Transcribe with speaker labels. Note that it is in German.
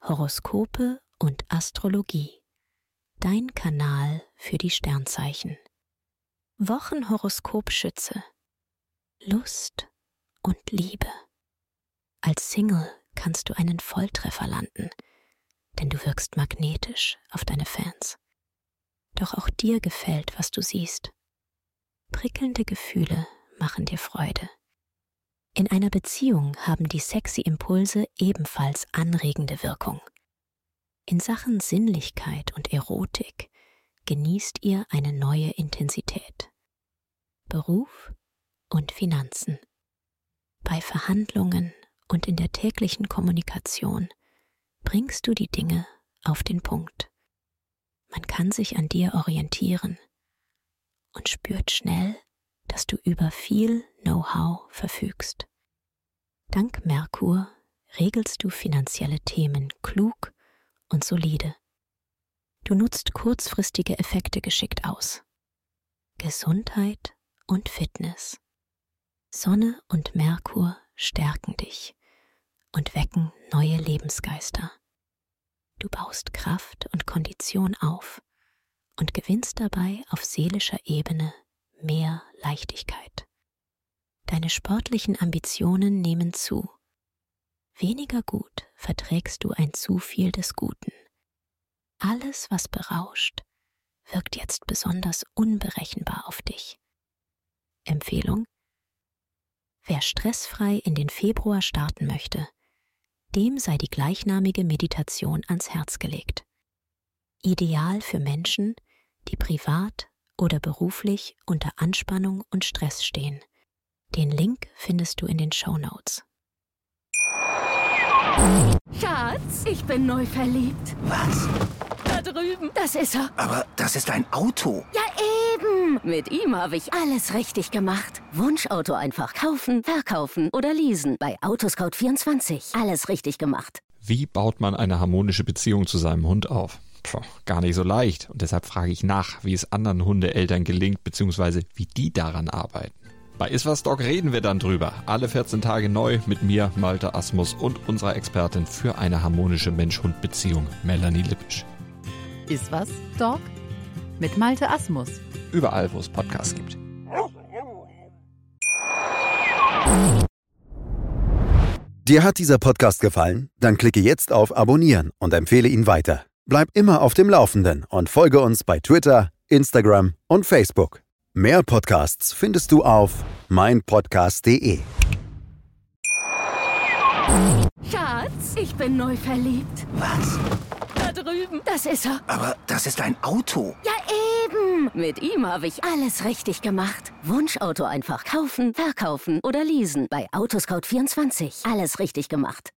Speaker 1: Horoskope und Astrologie. Dein Kanal für die Sternzeichen. Wochenhoroskop Schütze. Lust und Liebe. Als Single kannst du einen Volltreffer landen, denn du wirkst magnetisch auf deine Fans. Doch auch dir gefällt, was du siehst. Prickelnde Gefühle machen dir Freude. In einer Beziehung haben die sexy Impulse ebenfalls anregende Wirkung. In Sachen Sinnlichkeit und Erotik genießt ihr eine neue Intensität. Beruf und Finanzen. Bei Verhandlungen und in der täglichen Kommunikation bringst du die Dinge auf den Punkt. Man kann sich an dir orientieren und spürt schnell, dass du über viel Know-how verfügst. Dank Merkur regelst du finanzielle Themen klug und solide. Du nutzt kurzfristige Effekte geschickt aus. Gesundheit und Fitness. Sonne und Merkur stärken dich und wecken neue Lebensgeister. Du baust Kraft und Kondition auf und gewinnst dabei auf seelischer Ebene mehr Leichtigkeit. Deine sportlichen Ambitionen nehmen zu. Weniger gut verträgst du ein zu viel des Guten. Alles, was berauscht, wirkt jetzt besonders unberechenbar auf dich. Empfehlung: Wer stressfrei in den Februar starten möchte, dem sei die gleichnamige Meditation ans Herz gelegt. Ideal für Menschen, die privat oder beruflich unter Anspannung und Stress stehen. Den Link findest du in den Shownotes.
Speaker 2: Schatz, ich bin neu verliebt.
Speaker 3: Was?
Speaker 2: Da drüben. Das ist er.
Speaker 3: Aber das ist ein Auto.
Speaker 2: Ja, eben. Mit ihm habe ich alles richtig gemacht. Wunschauto einfach kaufen, verkaufen oder leasen. Bei Autoscout24. Alles richtig gemacht.
Speaker 4: Wie baut man eine harmonische Beziehung zu seinem Hund auf? Gar nicht so leicht. Und deshalb frage ich nach, wie es anderen Hundeeltern gelingt, beziehungsweise wie die daran arbeiten. Bei Iswas Dog reden wir dann drüber. Alle 14 Tage neu mit mir, Malte Asmus, und unserer Expertin für eine harmonische Mensch-Hund-Beziehung, Melanie Lippisch.
Speaker 5: Iswas Dog mit Malte Asmus.
Speaker 4: Überall, wo es Podcasts gibt.
Speaker 6: Dir hat dieser Podcast gefallen? Dann klicke jetzt auf Abonnieren und empfehle ihn weiter. Bleib immer auf dem Laufenden und folge uns bei Twitter, Instagram und Facebook. Mehr Podcasts findest du auf meinpodcast.de.
Speaker 2: Schatz, ich bin neu verliebt.
Speaker 3: Was?
Speaker 2: Da drüben. Das ist er.
Speaker 3: Aber das ist ein Auto.
Speaker 2: Ja, eben. Mit ihm habe ich alles richtig gemacht. Wunschauto einfach kaufen, verkaufen oder leasen. Bei Autoscout24. Alles richtig gemacht.